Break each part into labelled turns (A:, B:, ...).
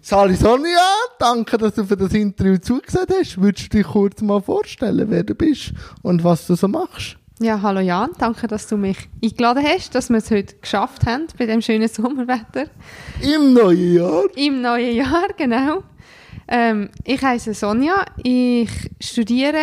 A: Sali Sonja, danke, dass du für das Interview zugesehen hast. Würdest du dich kurz mal vorstellen, wer du bist und was du so machst?
B: Ja, hallo Jan, danke, dass du mich eingeladen hast, dass wir es heute geschafft haben bei dem schönen Sommerwetter.
A: Im neuen Jahr?
B: Im neuen Jahr, genau. Ich heiße Sonja, ich studiere,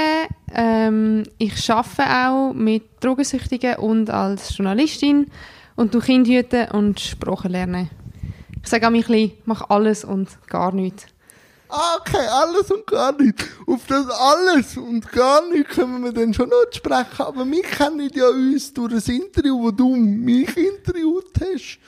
B: ich arbeite auch mit Drogensüchtigen und als Journalistin und du Kinder hüten und Sprachen lernen. Ich sage auch ein bisschen, mach alles und gar nichts.
A: Okay, alles und gar nichts. Auf das alles und gar nichts können wir dann schon noch sprechen. Aber wir kennen ja uns durch das Interview, wo du mich interviewt hast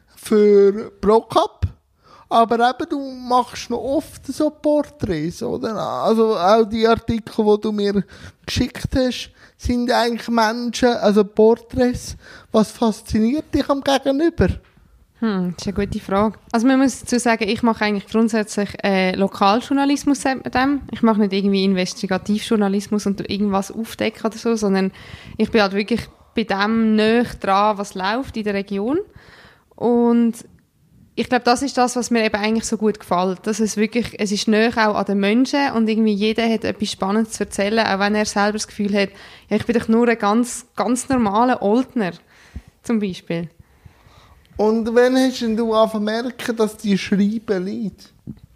A: für ProCup. Aber eben, du machst noch oft so Porträts, oder? Also auch die Artikel, die du mir geschickt hast, sind eigentlich Menschen, also Porträts. Was fasziniert dich am Gegenüber?
B: Das ist eine gute Frage. Also man muss dazu sagen, ich mache eigentlich grundsätzlich Lokaljournalismus mit dem. Ich mache nicht irgendwie Investigativjournalismus und irgendwas aufdecken oder so, sondern ich bin halt wirklich bei dem nahe dran, was läuft in der Region. Und ich glaube, das ist das, was mir eben eigentlich so gut gefällt. Dass es wirklich, es ist nahe auch an den Menschen und irgendwie jeder hat etwas Spannendes zu erzählen, auch wenn er selber das Gefühl hat, ja, ich bin doch nur ein ganz, ganz normaler Oldner, zum Beispiel.
A: Und wann hast du angefangen zu merken, dass die Schreiben liegt?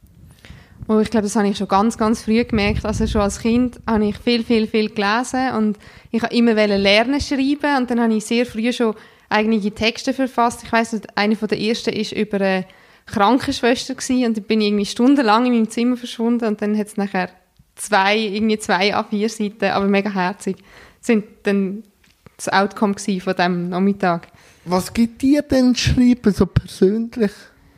B: Oh, ich glaube, das habe ich schon ganz, ganz früh gemerkt. Also schon als Kind habe ich viel gelesen und ich wollte immer lernen schreiben und dann habe ich sehr früh schon eigene Texte verfasst. Ich weiss nicht, einer der ersten war über eine Krankenschwester gewesen, und dann bin ich irgendwie stundenlang in meinem Zimmer verschwunden und dann hat es nachher zwei A4-Seiten, aber mega herzig, sind dann das Outcome von diesem Nachmittag.
A: Was gibt dir denn Schreiben so persönlich?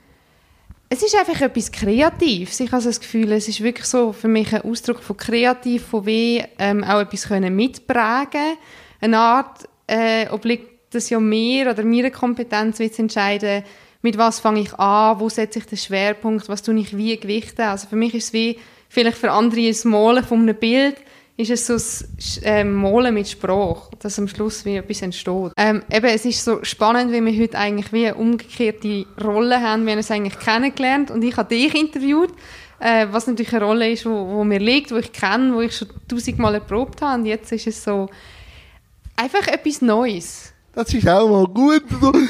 B: Es ist einfach etwas Kreatives. Ich habe das Gefühl, es ist wirklich so für mich ein Ausdruck von kreativ, von wie auch etwas mitprägen können. Eine Art, obliegt das ja mir oder meiner Kompetenz, zu entscheiden, mit was fange ich an, wo setze ich den Schwerpunkt, was tue ich wie gewichten. Also für mich ist es wie, vielleicht für andere das Malen von einem Bild, ist es so das Malen mit Sprache, dass am Schluss wie etwas entsteht. Eben, es ist so spannend, wie wir heute eigentlich wie eine umgekehrte Rolle haben. Wir haben es eigentlich kennengelernt und ich habe dich interviewt, was natürlich eine Rolle ist, wo mir liegt, wo ich kenne, wo ich schon 1000-mal erprobt habe. Und jetzt ist es so einfach etwas Neues.
A: Das ist auch mal gut.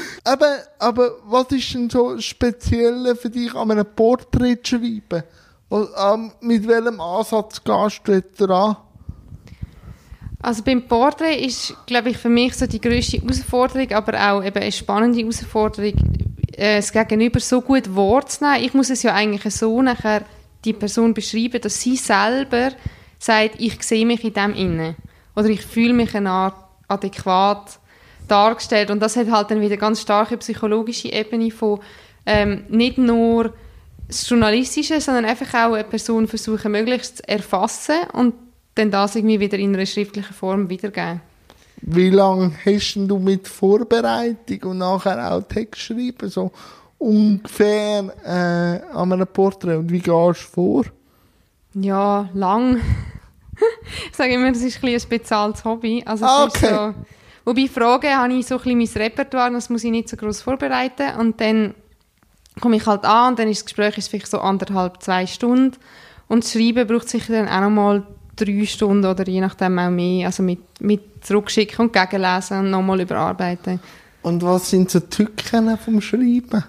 A: Aber was ist denn so speziell für dich an einem Porträt schreiben? Mit welchem Ansatz gehst du da ran?
B: Also beim Porträt ist, glaube ich, für mich so die grösste Herausforderung, aber auch eben eine spannende Herausforderung, das Gegenüber so gut wahrzunehmen. Ich muss es ja eigentlich so nachher die Person beschreiben, dass sie selber sagt, ich sehe mich in dem inne. Oder ich fühle mich eine Art adäquat dargestellt. Und das hat halt dann wieder ganz starke psychologische Ebene von nicht nur das Journalistische, sondern einfach auch eine Person versuchen, möglichst zu erfassen und dann das irgendwie wieder in einer schriftlichen Form wiedergeben.
A: Wie lange hast du mit Vorbereitung und nachher auch Text schreiben, so ungefähr an einem Porträt? Und wie gehst du vor?
B: Ja, lang. Ich sage immer, das ist ein bezahltes Hobby. Also es ist so, wobei Fragen habe ich so ein bisschen mein Repertoire, das muss ich nicht so gross vorbereiten. Und dann komme ich halt an und dann ist das Gespräch vielleicht so 1,5, 2 Stunden. Und das Schreiben braucht sicher dann auch noch mal 3 Stunden oder je nachdem auch mehr. Also mit zurückschicken und gegenlesen und nochmal überarbeiten.
A: Und was sind so Tücken vom Schreiben?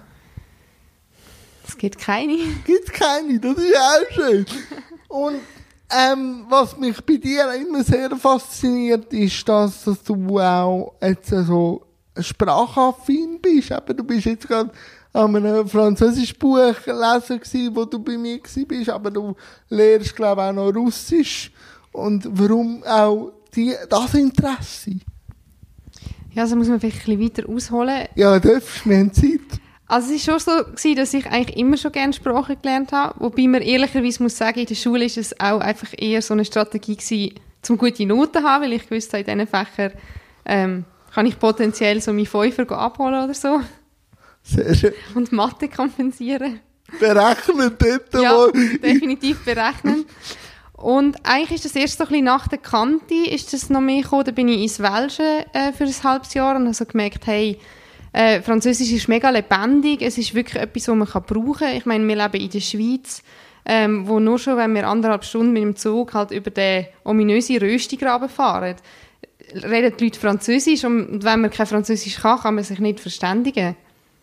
B: Es gibt keine.
A: Gibt keine, das ist auch schön. Und was mich bei dir immer sehr fasziniert, ist, dass du auch jetzt so sprachaffin bist. Aber du bist jetzt gerade an einem französischen Buch lesen gewesen, wo du bei mir warst, aber du lernst, glaube ich, auch noch Russisch. Und warum auch das Interesse?
B: Ja, also muss man vielleicht ein bisschen weiter ausholen.
A: Ja, darfst, wir haben Zeit.
B: Also es war schon so, dass ich eigentlich immer schon gerne Sprachen gelernt habe, wobei man ehrlicherweise muss sagen, in der Schule war es auch einfach eher so eine Strategie gewesen, um gute Noten zu haben, weil ich wusste, in diesen Fächern kann ich potenziell so meine Fünfer abholen oder so.
A: Sehr schön.
B: Und Mathe kompensieren.
A: Berechnen dort
B: ja,
A: mal.
B: Definitiv berechnen. Und eigentlich ist das erst so ein bisschen nach der Kante ist das noch mehr gekommen. Da bin ich ins Welsche für ein halbes Jahr und habe so gemerkt, hey, Französisch ist mega lebendig, es ist wirklich etwas, was man brauchen kann. Ich meine, wir leben in der Schweiz, wo nur schon, wenn wir 1,5 Stunden mit dem Zug halt über den ominösen Röstigraben fahren, reden die Leute Französisch und wenn man kein Französisch kann man sich nicht verständigen.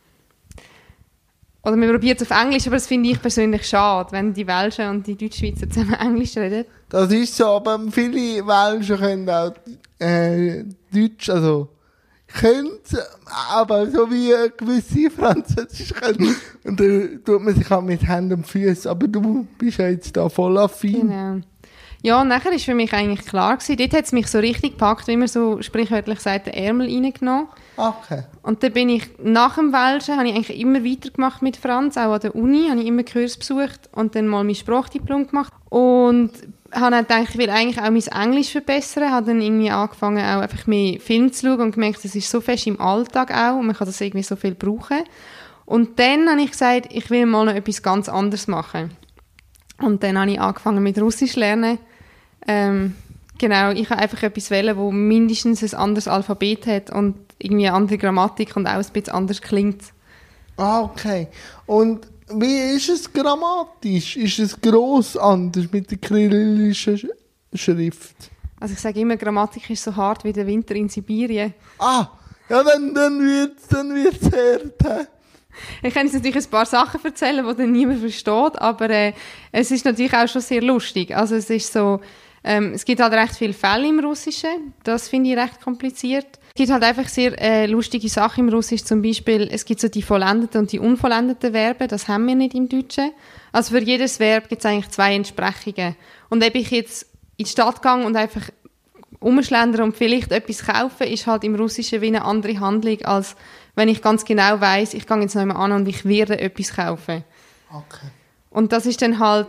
B: Oder man probiert es auf Englisch, aber das finde ich persönlich schade, wenn die Welschen und die Deutschschweizer zusammen Englisch reden.
A: Das ist so, aber viele Welschen können auch Deutsch, also können, aber so wie gewisse Französisch können. Und dann tut man sich auch mit Händen und Füßen. Aber du bist ja jetzt da voll affin.
B: Genau. Ja, und nachher war für mich eigentlich klar gewesen, dort hat es mich so richtig gepackt, wie man so sprichwörtlich sagt, den Ärmel reingenommen.
A: Okay.
B: Und dann bin ich nach dem Welschen, habe ich eigentlich immer weitergemacht mit Franz, auch an der Uni, habe ich immer Kurs besucht und dann mal mein Sprachdiplom gemacht. Und habe dann gedacht, ich will eigentlich auch mein Englisch verbessern, habe dann irgendwie angefangen, auch einfach mehr Film zu schauen und gemerkt, das ist so fest im Alltag auch und man kann das irgendwie so viel brauchen. Und dann habe ich gesagt, ich will mal noch etwas ganz anderes machen. Und dann habe ich angefangen mit Russisch lernen. Genau, ich habe einfach etwas wählen, wo mindestens ein anderes Alphabet hat und irgendwie eine andere Grammatik und auch ein bisschen anders klingt.
A: Ah, okay. Und wie ist es grammatisch? Ist es gross anders mit der kyrillischen Schrift?
B: Also ich sage immer, Grammatik ist so hart wie der Winter in Sibirien.
A: Ah, ja, dann wird's hart.
B: Ich kann jetzt natürlich ein paar Sachen erzählen, die dann niemand versteht, aber es ist natürlich auch schon sehr lustig. Also es ist so, es gibt halt recht viele Fälle im Russischen, das finde ich recht kompliziert. Es gibt halt einfach sehr lustige Sachen im Russischen, zum Beispiel, es gibt so die vollendeten und die unvollendeten Verben, das haben wir nicht im Deutschen. Also für jedes Verb gibt es eigentlich 2 Entsprechungen. Und ob ich jetzt in die Stadt gehe und einfach umschlendere und vielleicht etwas kaufe, ist halt im Russischen wie eine andere Handlung, als wenn ich ganz genau weiss, ich gehe jetzt noch einmal an und ich werde etwas kaufen.
A: Okay.
B: Und das ist dann halt,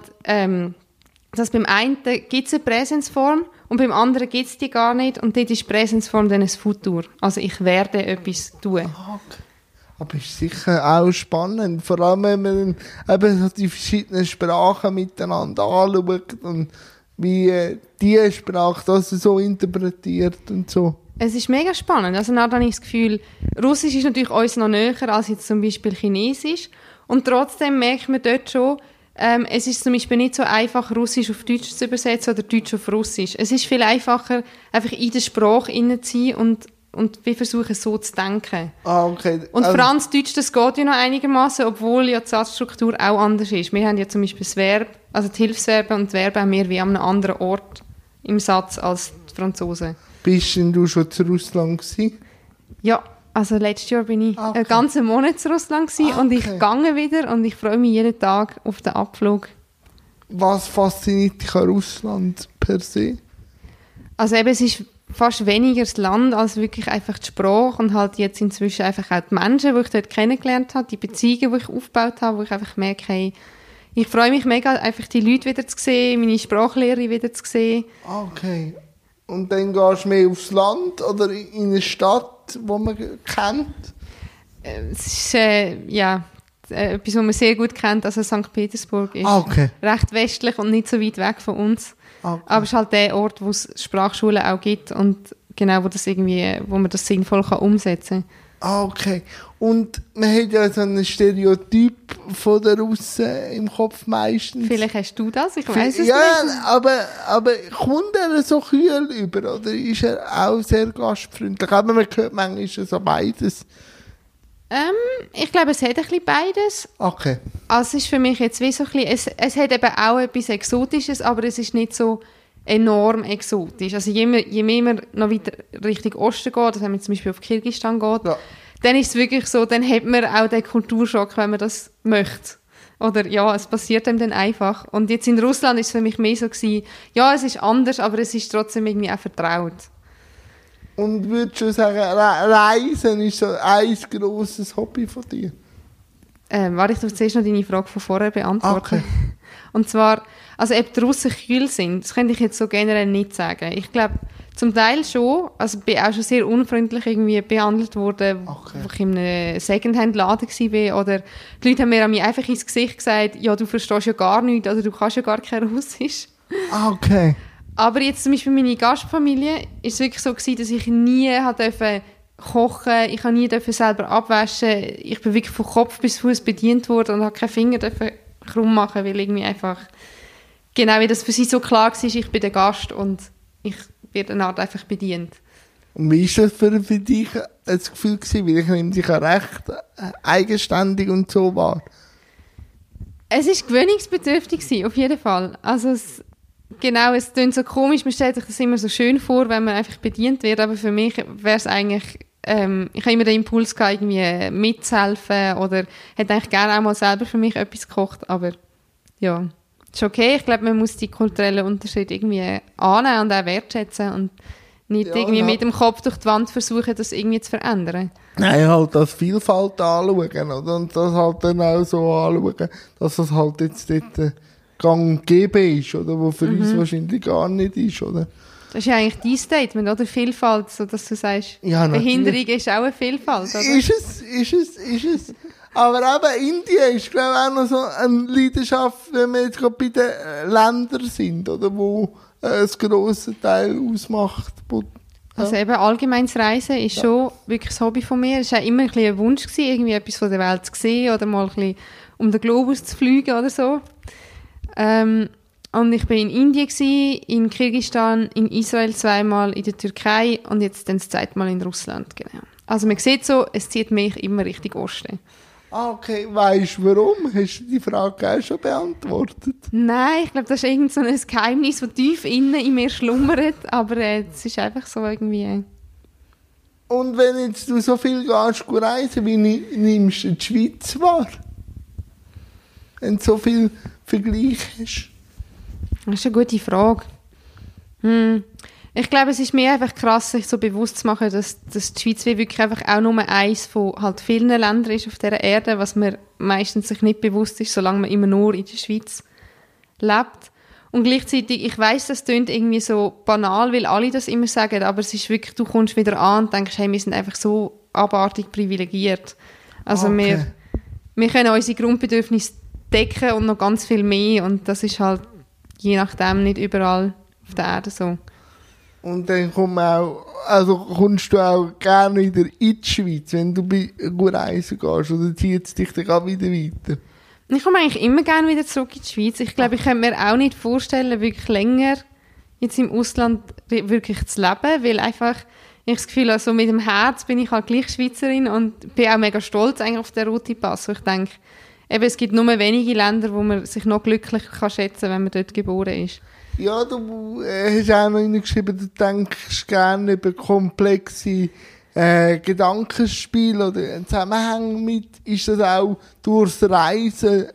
B: dass beim einen gibt es eine Präsensform und beim anderen gibt es die gar nicht und dort ist die Präsensform dann ein Futur. Also ich werde etwas tun.
A: Okay. Aber ist sicher auch spannend, vor allem wenn man eben so die verschiedenen Sprachen miteinander anschaut und wie die Sprache das so interpretiert und so.
B: Es ist mega spannend. Also dann habe ich das Gefühl, Russisch ist natürlich uns noch näher als jetzt zum Beispiel Chinesisch. Und trotzdem merkt man dort schon, es ist zum Beispiel nicht so einfach, Russisch auf Deutsch zu übersetzen oder Deutsch auf Russisch. Es ist viel einfacher, einfach in der Sprache hineinzuziehen und wir versuchen so zu denken.
A: Ah, okay.
B: Und Franzdeutsch, das geht ja noch einigermaßen, obwohl ja die Satzstruktur auch anders ist. Wir haben ja zum Beispiel das Verb, also die Hilfsverben und die Verben haben wir wie an einem anderen Ort im Satz als die Franzosen.
A: Bist denn du schon zu Russland gewesen?
B: Ja, also letztes Jahr bin ich einen ganzen Monat zu Russland gewesen und ich gehe wieder und ich freue mich jeden Tag auf den Abflug.
A: Was fasziniert dich an Russland per se?
B: Also eben, es ist fast weniger das Land als wirklich einfach die Sprache und halt jetzt inzwischen einfach auch die Menschen, die ich dort kennengelernt habe, die Beziehungen, die ich aufgebaut habe, wo ich einfach merke, hey, ich freue mich mega, einfach die Leute wieder zu sehen, meine Sprachlehrerin wieder zu sehen.
A: Okay. Und dann gehst du mehr aufs Land oder in eine Stadt, die man kennt?
B: Es ist, etwas, was man sehr gut kennt, also St. Petersburg ist recht westlich und nicht so weit weg von uns. Okay. Aber es ist halt der Ort, wo es Sprachschulen auch gibt und genau, wo man das sinnvoll umsetzen kann.
A: Okay. Und man hat ja so einen Stereotyp von den Russen im Kopf meistens.
B: Vielleicht hast du das, ich weiss es nicht.
A: Ja, aber kommt er so kühl über oder ist er auch sehr gastfreundlich? Aber man hört manchmal so beides.
B: Ich glaube, es hat ein bisschen beides.
A: Okay.
B: Also es ist für mich jetzt wie so ein bisschen, es hat eben auch etwas Exotisches, aber es ist nicht so enorm exotisch. Also je mehr man noch weiter Richtung Osten geht, also wenn man zum Beispiel auf Kirgisistan geht, ja, dann ist es wirklich so, dann hat man auch den Kulturschock, wenn man das möchte. Oder ja, es passiert einem dann einfach. Und jetzt in Russland ist es für mich mehr so gewesen, ja, es ist anders, aber es ist trotzdem irgendwie auch vertraut.
A: Und würdest du sagen, Reisen ist so ein grosses Hobby von dir?
B: Warte, ich darf zuerst noch deine Frage von vorher beantworten.
A: Okay.
B: Und zwar, also ob die Russen kühl sind, das könnte ich jetzt so generell nicht sagen. Ich glaube, zum Teil schon. Also ich bin auch schon sehr unfreundlich irgendwie behandelt worden, wo ich in einem Secondhand-Laden war. Oder die Leute haben mir mich einfach ins Gesicht gesagt, ja, du verstehst ja gar nichts oder du kannst ja gar kein Russisch.
A: Okay.
B: Aber jetzt zum Beispiel meine Gastfamilie ist es wirklich so gewesen, dass ich nie durfte kochen, ich habe nie selber abwaschen, ich bin wirklich von Kopf bis Fuß bedient worden und habe keinen Finger krumm machen, weil irgendwie einfach, genau wie das für sie so klar war, ich bin der Gast und ich werde eine Art einfach bedient.
A: Und wie ist das für dich ein Gefühl gewesen? Weil ich nehme dich ja recht eigenständig und so wahr.
B: Es war gewöhnungsbedürftig gewesen, auf jeden Fall. Also es klingt so komisch, man stellt sich das immer so schön vor, wenn man einfach bedient wird, aber für mich wäre es eigentlich, ich habe immer den Impuls gehabt, irgendwie mitzuhelfen oder hätte eigentlich gerne auch mal selber für mich etwas gekocht, aber ja, ist okay. Ich glaube, man muss die kulturellen Unterschiede irgendwie annehmen und auch wertschätzen und nicht irgendwie mit dem Kopf durch die Wand versuchen, das irgendwie zu verändern.
A: Nein, halt das Vielfalt anschauen, oder? Und das halt dann auch so anschauen, dass das halt jetzt dort gang und gäbe ist, oder? Wo für uns wahrscheinlich gar nicht ist, oder?
B: Das ist ja eigentlich dein Statement, oder? Vielfalt, so dass du sagst,
A: ja,
B: Behinderung ist auch eine Vielfalt, oder?
A: Ist es. Aber eben Indien ist, glaube ich, auch noch so eine Leidenschaft, wenn wir jetzt gerade bei den Ländern sind, oder? Wo einen grossen Teil ausmacht. Ja.
B: Also eben allgemeines Reisen ist schon wirklich das Hobby von mir. Es war auch immer ein bisschen ein Wunsch gewesen, irgendwie etwas von der Welt zu sehen oder mal ein bisschen um den Globus zu fliegen oder so. Und ich war in Indien gewesen, in Kirgisistan, in Israel zweimal, in der Türkei und jetzt dann das zweite Mal in Russland, genau. Also man sieht so, es zieht mich immer Richtung Osten.
A: Ah, okay. Weisst du warum? Hast du die Frage auch schon beantwortet?
B: Nein, ich glaube, das ist irgend so ein Geheimnis, das tief innen in mir schlummert, aber es ist einfach so irgendwie...
A: Und wenn jetzt du so viel gehst, reisen, wie nimmst du die Schweiz wahr? Wenn du so viel Vergleich hast?
B: Das ist eine gute Frage. Ich glaube, es ist mir einfach krass, sich so bewusst zu machen, dass die Schweiz wirklich einfach auch nur eins von halt vielen Ländern ist auf dieser Erde, was man meistens sich nicht bewusst ist, solange man immer nur in der Schweiz lebt. Und gleichzeitig, ich weiss, das klingt irgendwie so banal, weil alle das immer sagen, aber es ist wirklich, du kommst wieder an und denkst, hey, wir sind einfach so abartig privilegiert. Also
A: okay.
B: wir können unsere Grundbedürfnisse decken und noch ganz viel mehr und das ist halt je nachdem nicht überall auf der Erde so.
A: Und dann kommst du auch gerne wieder in die Schweiz, wenn du reisen gehst, oder zieht es dich dann auch wieder weiter?
B: Ich komme eigentlich immer gerne wieder zurück in die Schweiz. Ich glaube, ich könnte mir auch nicht vorstellen, wirklich länger jetzt im Ausland wirklich zu leben, weil einfach ich das Gefühl habe, so mit dem Herz bin ich halt gleich Schweizerin und bin auch mega stolz eigentlich auf den roten Pass. Ich denke, eben, es gibt nur wenige Länder, wo man sich noch glücklicher kann schätzen kann, wenn man dort geboren ist.
A: Ja, du hast auch noch hineingeschrieben, du denkst gerne über komplexe Gedankenspiele oder Zusammenhänge mit. Ist das auch durchs Reisen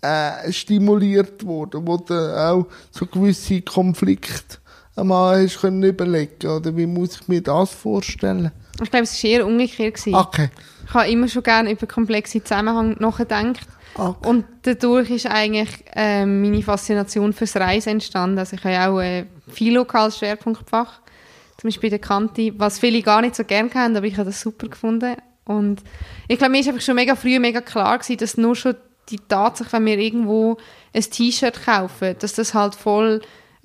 A: stimuliert worden, wo du auch so gewisse Konflikte einmal hast können überlegen, oder wie muss ich mir das vorstellen?
B: Ich glaube, es war eher umgekehrt.
A: Okay.
B: Ich habe immer schon gerne über komplexe Zusammenhänge nachgedacht.
A: Okay.
B: Und dadurch ist eigentlich meine Faszination fürs Reisen entstanden. Also ich habe auch Philo als Schwerpunktfach, zum Beispiel der Kanti, was viele gar nicht so gerne kennen, aber ich habe das super gefunden. Und ich glaube, mir ist einfach schon mega früh mega klar gewesen, dass nur schon die Tatsache, wenn wir irgendwo ein T-Shirt kaufen, dass das halt voll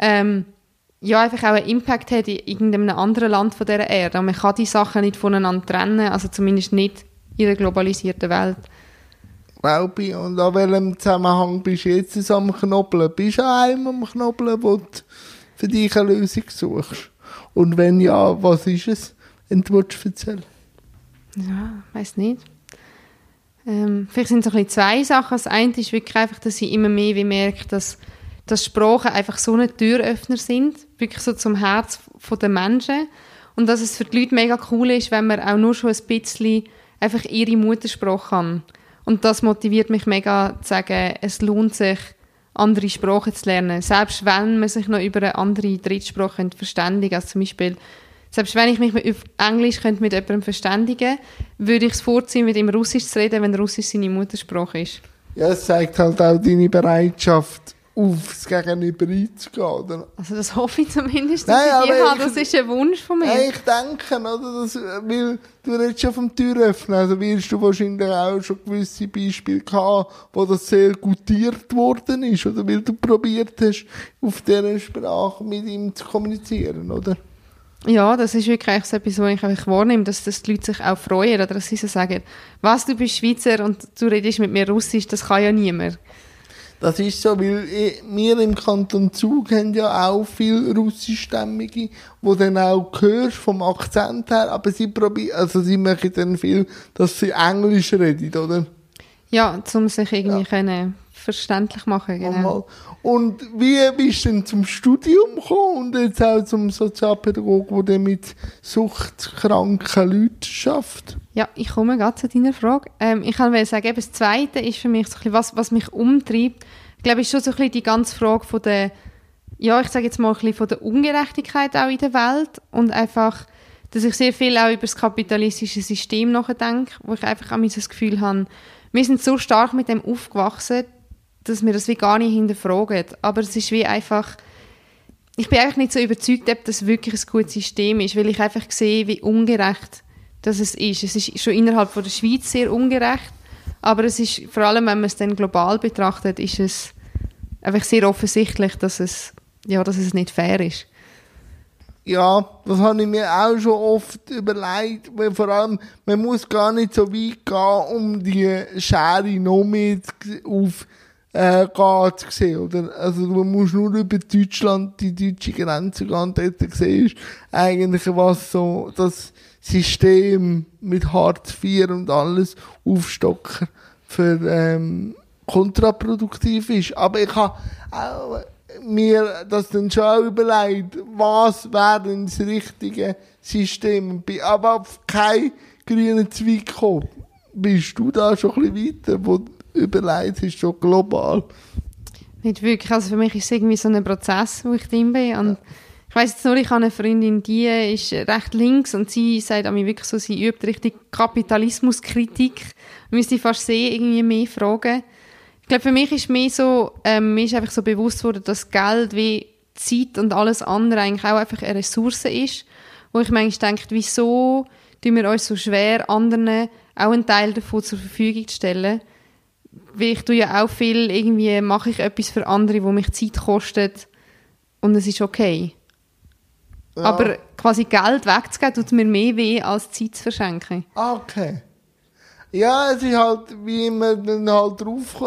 B: einfach auch einen Impact hat in irgendeinem anderen Land von dieser Erde. Und man kann die Sachen nicht voneinander trennen, also zumindest nicht in der globalisierten Welt.
A: Glaube ich. Und an welchem Zusammenhang bist du jetzt so am Knobbeln? Bist du an einem am Knobbeln, wo du für dich eine Lösung suchst? Und wenn ja, was ist es, wenn du erzählen?
B: Ja, weiss nicht. Vielleicht sind es so ein bisschen zwei Sachen. Das eine ist wirklich einfach, dass ich immer mehr merke, dass Sprachen einfach so eine Türöffner sind, wirklich so zum Herz der Menschen. Und dass es für die Leute mega cool ist, wenn man auch nur schon ein bisschen einfach ihre Muttersprache kann. Und das motiviert mich mega zu sagen, es lohnt sich, andere Sprachen zu lernen. Selbst wenn man sich noch über eine andere Drittsprache verständigen könnte. Also zum Beispiel, selbst wenn ich mich auf Englisch mit jemandem verständigen könnte, würde ich es vorziehen, mit ihm Russisch zu reden, wenn Russisch seine Muttersprache ist.
A: Ja, es zeigt halt auch deine Bereitschaft, aufs Gegenüber einzugehen, oder?
B: Also das hoffe ich zumindest, dass ich die habe. Das ist ein Wunsch von mir.
A: Ich denke, oder, weil du redest ja vom Türöffnen, also wirst du wahrscheinlich auch schon gewisse Beispiele gehabt, wo das sehr gutiert worden ist, oder? Weil du probiert hast, auf dieser Sprache mit ihm zu kommunizieren, oder?
B: Ja, das ist wirklich so etwas, was ich einfach wahrnehme, dass die Leute sich auch freuen oder dass sie so sagen, was, du bist Schweizer und du redest mit mir Russisch, das kann ja niemand.
A: Das ist so, weil wir im Kanton Zug haben ja auch viele Russischstämmige, die dann auch hörst vom Akzent her, aber sie machen dann viel, dass sie Englisch reden, oder?
B: Ja, um sich irgendwie können verständlich machen, genau.
A: Und wie bist du denn zum Studium gekommen und jetzt auch zum Sozialpädagogen, der mit suchtkranken Leuten arbeitet?
B: Ja, ich komme gerade zu deiner Frage. Ich wollte sagen, eben das Zweite ist für mich so ein bisschen, was mich umtreibt. Ich glaube, ist schon so ein bisschen die ganze Frage von der, ja, ich sage jetzt mal ein bisschen von der Ungerechtigkeit auch in der Welt und einfach, dass ich sehr viel auch über das kapitalistische System nachdenke, wo ich einfach auch das Gefühl habe, wir sind so stark mit dem aufgewachsen, dass wir das wie gar nicht hinterfragen. Aber es ist wie einfach, ich bin eigentlich nicht so überzeugt, ob das wirklich ein gutes System ist, weil ich einfach sehe, wie ungerecht das es ist. Es ist schon innerhalb von der Schweiz sehr ungerecht, aber es ist, vor allem wenn man es dann global betrachtet, ist es einfach sehr offensichtlich, dass es nicht fair ist.
A: Ja, das habe ich mir auch schon oft überlegt, weil vor allem, man muss gar nicht so weit gehen, um die Schere noch mehr zu sehen, oder? Also, du musst nur über Deutschland, die deutsche Grenze gehen, und dort siehst du eigentlich, was so das System mit Hartz IV und alles aufstocken für, kontraproduktiv ist. Aber ich habe auch mir das dann schon auch überlegt, was wäre denn das richtige System. Aber auf keinen grünen Zweig gekommen. Bist du da schon ein bisschen weiter, wo du überlegt hast, schon global?
B: Nicht wirklich. Also für mich ist es irgendwie so ein Prozess, wo ich drin bin. Und ich weiss jetzt nur, ich habe eine Freundin, die ist recht links und sie sagt an mich wirklich so, sie übt richtig Kapitalismuskritik. Man müsste fast sehen, irgendwie mehr fragen. Ich glaube, für mich ist mehr so, mir ist einfach so bewusst worden, dass Geld wie Zeit und alles andere eigentlich auch einfach eine Ressource ist, wo ich manchmal denke, wieso tun wir uns so schwer, anderen auch einen Teil davon zur Verfügung zu stellen. Weil ich tue ja auch viel, irgendwie mache ich etwas für andere, wo mich Zeit kostet und es ist okay. Ja. Aber quasi Geld wegzugeben, tut mir mehr weh, als Zeit zu verschenken.
A: Okay. Ja, es ist halt, wie man dann halt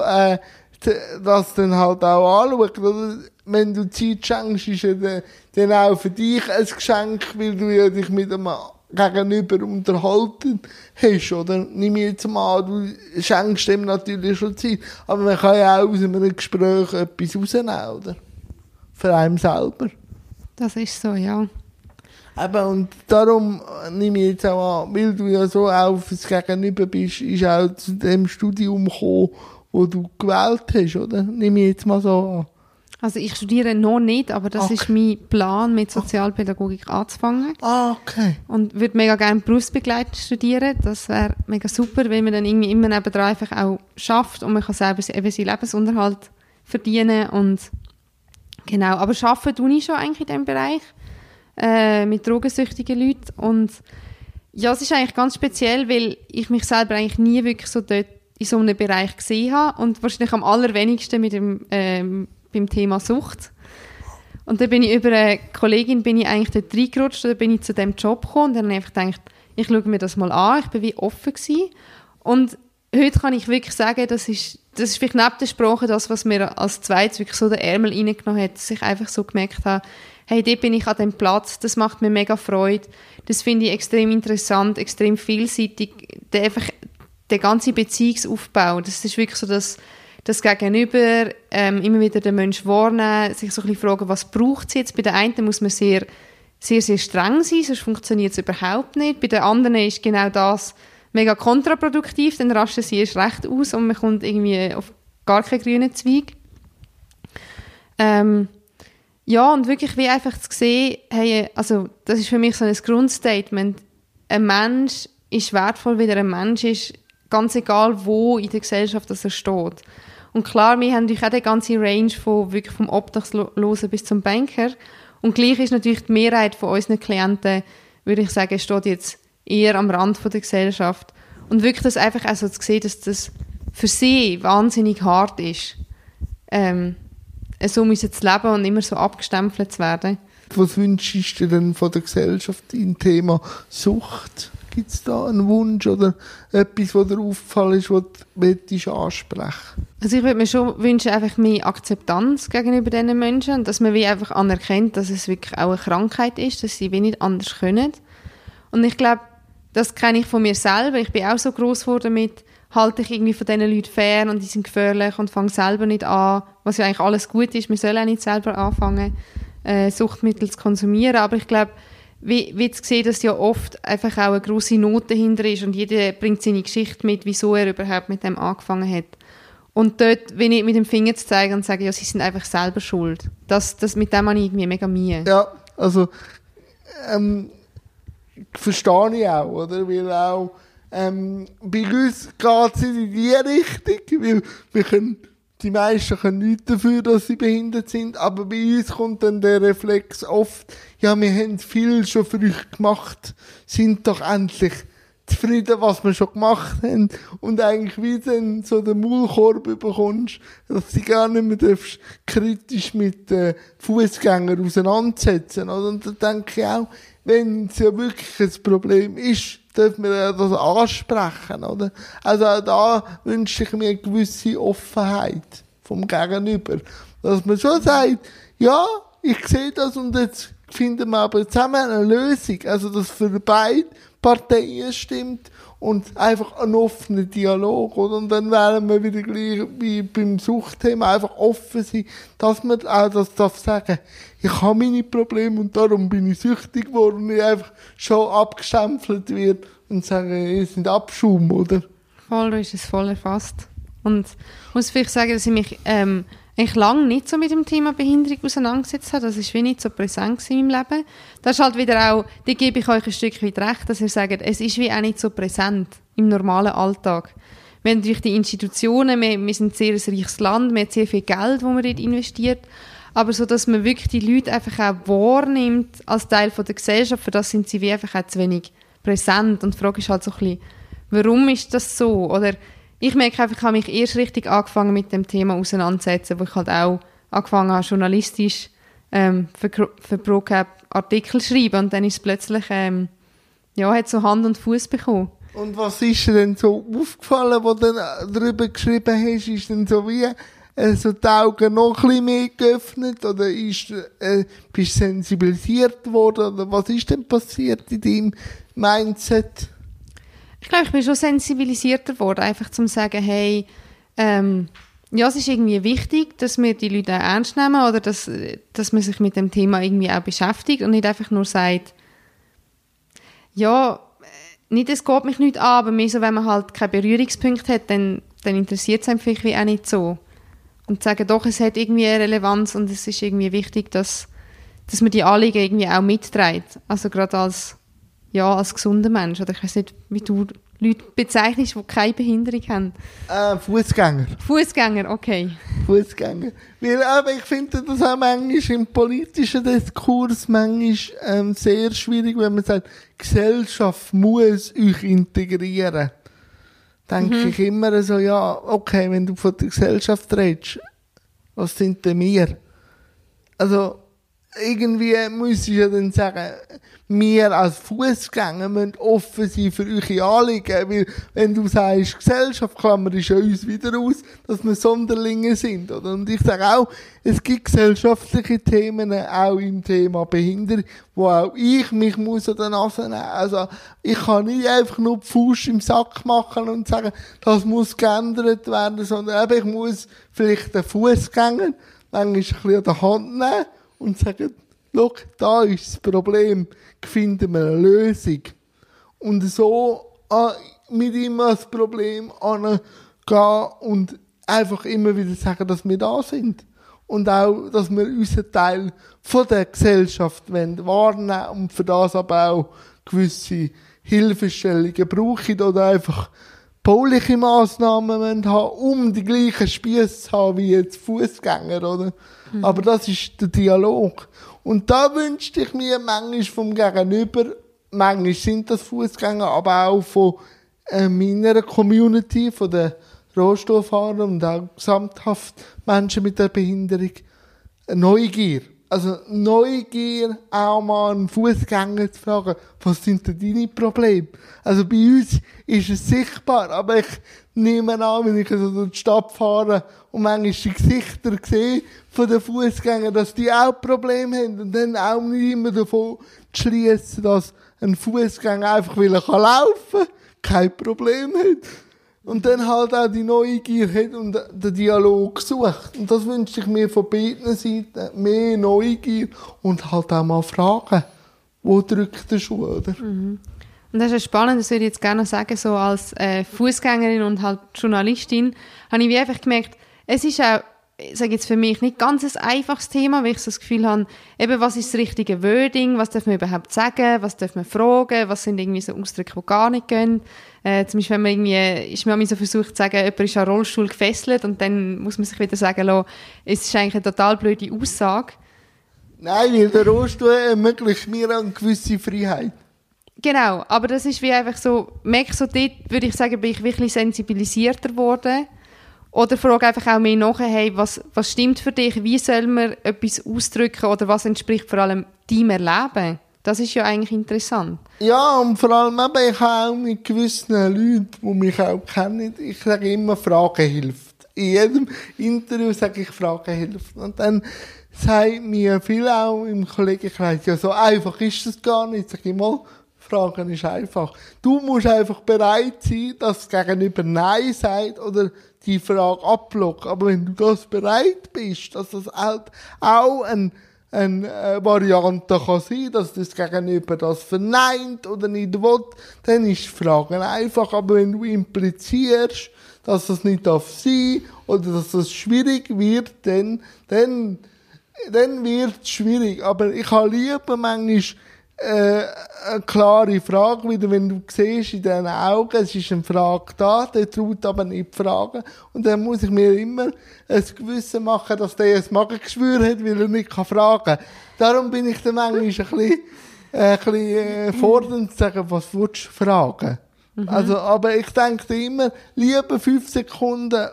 A: das dann halt auch anschaut, oder? Wenn du Zeit schenkst, ist ja dann auch für dich ein Geschenk, weil du ja dich mit einem Gegenüber unterhalten hast, oder? Nimm jetzt mal an, du schenkst dem natürlich schon Zeit, aber man kann ja auch aus einem Gespräch etwas rausnehmen, oder? Für einen selber.
B: Das ist so, ja.
A: Eben, und darum nehme ich jetzt auch an, weil du ja so auch fürs Gegenüber bist, ist auch zu dem Studium gekommen, wo du gewählt hast, oder? Nehme ich jetzt mal so an.
B: Also ich studiere noch nicht, aber das ist mein Plan, mit Sozialpädagogik anzufangen.
A: Okay.
B: Und würde mega gerne berufsbegleitend studieren. Das wäre mega super, weil man dann irgendwie immer nebenan einfach auch schafft und man kann selber eben seinen Lebensunterhalt verdienen. Und genau, aber arbeiten tue ich schon eigentlich in diesem Bereich. Mit drogensüchtigen Leuten. Und ja, es ist eigentlich ganz speziell, weil ich mich selber eigentlich nie wirklich so dort in so einem Bereich gesehen habe und wahrscheinlich am allerwenigsten mit dem beim Thema Sucht. Und dann bin ich über eine Kollegin eigentlich dort reingerutscht, oder bin ich zu diesem Job gekommen und dann habe ich einfach gedacht, ich schaue mir das mal an, ich bin wie offen gewesen. Und heute kann ich wirklich sagen, das ist vielleicht neben der Sprache das, was mir als Zweites wirklich so den Ärmel reingenommen hat, dass ich einfach so gemerkt habe, hey, dort bin ich an dem Platz, das macht mir mega Freude, das finde ich extrem interessant, extrem vielseitig, der ganze Beziehungsaufbau, das ist wirklich so, dass das Gegenüber immer wieder den Menschen wahrnehmen, sich so ein bisschen fragen, was braucht es jetzt? Bei der einen muss man sehr, sehr, sehr streng sein, sonst funktioniert es überhaupt nicht. Bei der anderen ist genau das mega kontraproduktiv, dann rasten sie erst recht aus und man kommt irgendwie auf gar keinen grünen Zweig. Ja, und wirklich wie einfach zu sehen, hey, also das ist für mich so ein Grundstatement, ein Mensch ist wertvoll, wie ein Mensch ist, ganz egal, wo in der Gesellschaft das er steht. Und klar, wir haben natürlich auch die ganze Range von wirklich vom Obdachlosen bis zum Banker. Und gleich ist natürlich die Mehrheit von unseren Klienten, würde ich sagen, steht jetzt eher am Rand von der Gesellschaft. Und wirklich das einfach auch so zu sehen, dass das für sie wahnsinnig hart ist, eine so müssen zu leben und immer so abgestempelt zu werden.
A: Was wünschst du denn von der Gesellschaft im Thema Sucht? Gibt es da einen Wunsch oder etwas, was dir aufgefallen ist, was du ansprechen?
B: Also ich würde mir schon wünschen, einfach mehr Akzeptanz gegenüber diesen Menschen und dass man wie einfach anerkennt, dass es wirklich auch eine Krankheit ist, dass sie wie nicht anders können. Und ich glaube, das kenne ich von mir selber. Ich bin auch so gross geworden mit, halte ich irgendwie von diesen Leuten fern und die sind gefährlich und fange selber nicht an, was ja eigentlich alles gut ist. Wir sollen auch nicht selber anfangen, Suchtmittel zu konsumieren. Aber ich glaube, wie zu sehen, dass ja oft einfach auch eine grosse Not dahinter ist und jeder bringt seine Geschichte mit, wieso er überhaupt mit dem angefangen hat. Und dort, wenn ich mit dem Finger zu zeigen und sagen, ja, sie sind einfach selber schuld. Mit dem habe ich irgendwie mega Mühe.
A: Ja, also verstehe ich auch, oder? Weil auch bei uns geht es in die Richtung, weil die meisten können nichts dafür, dass sie behindert sind, aber bei uns kommt dann der Reflex oft, ja, wir haben viel schon für euch gemacht, sind doch endlich zufrieden, was wir schon gemacht haben und eigentlich wie dann so den Maulkorb bekommst, dass du gar nicht mehr darfst, kritisch mit Fußgängern auseinandersetzen. Oder? Und da denke ich auch, wenn es ja wirklich ein Problem ist, dürfen wir ja das ansprechen, oder? Also auch da wünsche ich mir eine gewisse Offenheit vom Gegenüber. Dass man schon sagt, ja, ich sehe das und jetzt finden wir aber zusammen eine Lösung. Also, dass für beide Parteien stimmt und einfach ein offener Dialog, oder? Und dann werden wir wieder gleich wie beim Suchtthema einfach offen sein, dass man auch das darf sagen, ich habe meine Probleme und darum bin ich süchtig geworden und ich einfach schon abgestempelt wird und sagen, ihr seid Abschaum, oder?
B: Voll, du hast es voll erfasst. Und ich muss vielleicht sagen, dass ich mich eigentlich lange nicht so mit dem Thema Behinderung auseinandergesetzt habe. Das war wie nicht so präsent in meinem Leben. Das ist halt wieder auch, da gebe ich euch ein Stück weit recht, dass ihr sagt, es ist wie auch nicht so präsent im normalen Alltag. Wir haben natürlich die Institutionen, wir sind ein sehr reiches Land, wir haben sehr viel Geld, das man dort investiert. Aber so, dass man wirklich die Leute einfach auch wahrnimmt als Teil von der Gesellschaft, für das sind sie wie einfach auch zu wenig präsent. Und die Frage ist halt so ein bisschen, warum ist das so? Oder ich merke einfach, ich habe mich erst richtig angefangen mit dem Thema auseinanderzusetzen, wo ich halt auch angefangen habe, journalistisch für ProCap Artikel zu schreiben. Und dann ist es plötzlich, hat so Hand und Fuß bekommen.
A: Und was ist dir denn so aufgefallen, wo du dann darüber geschrieben hast? Ist denn so wie so die Augen noch ein bisschen mehr geöffnet? Oder bist du sensibilisiert worden? Oder was ist denn passiert in deinem Mindset?
B: Ich glaube, ich bin schon sensibilisierter geworden, einfach zum sagen, hey, es ist irgendwie wichtig, dass wir die Leute auch ernst nehmen oder dass man sich mit dem Thema irgendwie auch beschäftigt und nicht einfach nur sagt, ja, nicht, es geht mich nicht an, aber mehr so, wenn man halt keinen Berührungspunkt hat, dann interessiert es einem vielleicht wie auch nicht so. Und sagen, doch, es hat irgendwie eine Relevanz und es ist irgendwie wichtig, dass man die Anliegen irgendwie auch mitträgt. Also gerade als gesunder Mensch. Oder ich weiß nicht, wie du Leute bezeichnest, die keine Behinderung haben.
A: Fußgänger.
B: Fußgänger, okay.
A: Fußgänger. Weil aber ich finde das auch manchmal im politischen Diskurs manchmal sehr schwierig, wenn man sagt, Gesellschaft muss euch integrieren. Denke ich immer so, ja, okay, wenn du von der Gesellschaft redest, was sind denn wir? Also, irgendwie muss ich ja dann sagen, wir als Fußgänger müssen offen sein für eure Anliegen, weil wenn du sagst, Gesellschaft klammerst ja uns wieder aus, dass wir Sonderlinge sind, oder? Und ich sage auch, es gibt gesellschaftliche Themen, auch im Thema Behinderung, wo auch ich mich muss an der Nase nehmen. Also, ich kann nicht einfach nur die Faust im Sack machen und sagen, das muss geändert werden, sondern eben, ich muss vielleicht den Fußgänger manchmal ein bisschen an der Hand nehmen und sagen, schau, da ist das Problem, finden wir eine Lösung. Und so mit ihm das Problem angehen und einfach immer wieder sagen, dass wir da sind. Und auch, dass wir unseren Teil von der Gesellschaft wahrnehmen und für das aber auch gewisse Hilfestellungen brauchen oder einfach bauliche Massnahmen haben, um die gleichen Spiesse zu haben wie jetzt Fußgänger, oder? Aber das ist der Dialog. Und da wünschte ich mir manchmal vom Gegenüber, manchmal sind das Fußgänger, aber auch von meiner Community, von den Rollstuhlfahrern und auch gesamthaft Menschen mit der Behinderung, Neugier. Also Neugier, auch mal einen Fußgänger zu fragen, was sind denn deine Probleme? Also bei uns ist es sichtbar, aber ich nehme an, wenn ich also durch die Stadt fahre und manchmal die Gesichter sehe von den Fußgängern, dass die auch Probleme haben und dann auch nicht immer davon zu schliessen, dass ein Fußgänger einfach weil er laufen kann, kein Problem hat. Und dann halt auch die Neugier hat und den Dialog sucht. Und das wünsche ich mir von beiden Seiten. Mehr Neugier und halt auch mal fragen, wo drückt der Schuh, oder?
B: Mhm. Und das ist ja spannend, das würde ich jetzt gerne noch sagen, so als Fußgängerin und halt Journalistin, habe ich wie einfach gemerkt, es ist auch, ich sage jetzt für mich, nicht ganz ein einfaches Thema, weil ich so das Gefühl habe, eben, was ist das richtige Wording, was darf man überhaupt sagen, was darf man fragen, was sind irgendwie so Ausdrücke, die gar nicht gehen. Zum Beispiel, wenn man irgendwie, ist mir so versucht zu sagen, jemand ist an einen Rollstuhl gefesselt und dann muss man sich wieder sagen lassen, es ist eigentlich eine total blöde Aussage.
A: Nein, weil der Rollstuhl ermöglicht mir eine gewisse Freiheit.
B: Genau, aber das ist wie einfach so, merke so dort, würde ich sagen, bin ich wirklich sensibilisierter geworden. Oder frage einfach auch mehr nach, hey, was stimmt für dich, wie soll man etwas ausdrücken oder was entspricht vor allem deinem Erleben? Das ist ja eigentlich interessant.
A: Ja, und vor allem eben, ich habe auch mit gewissen Leuten, die mich auch kennen, ich sage immer, Fragen hilft. In jedem Interview sage ich, Fragen hilft. Und dann sagt mir viel auch im Kollegenkreis, ja, so einfach ist es gar nicht. Sag ich mal, Fragen ist einfach. Du musst einfach bereit sein, dass das Gegenüber Nein sagt oder die Frage abblockt. Aber wenn du das bereit bist, dass das halt auch eine Variante kann sein, dass das Gegenüber das verneint oder nicht will, dann ist die Frage einfach. Aber wenn du implizierst, dass das nicht darf sein oder dass das schwierig wird, dann wird es schwierig. Aber ich habe lieber manchmal eine klare Frage, wieder wenn du siehst in diesen Augen, es ist eine Frage da, der traut aber nicht fragen. Und dann muss ich mir immer ein Gewissen machen, dass der ein Magengeschwür hat, weil er nicht fragen kann. Darum bin ich dann manchmal ein bisschen fordernd zu sagen, was willst du fragen? Mhm. Also, aber ich denke immer, lieber 5 Sekunden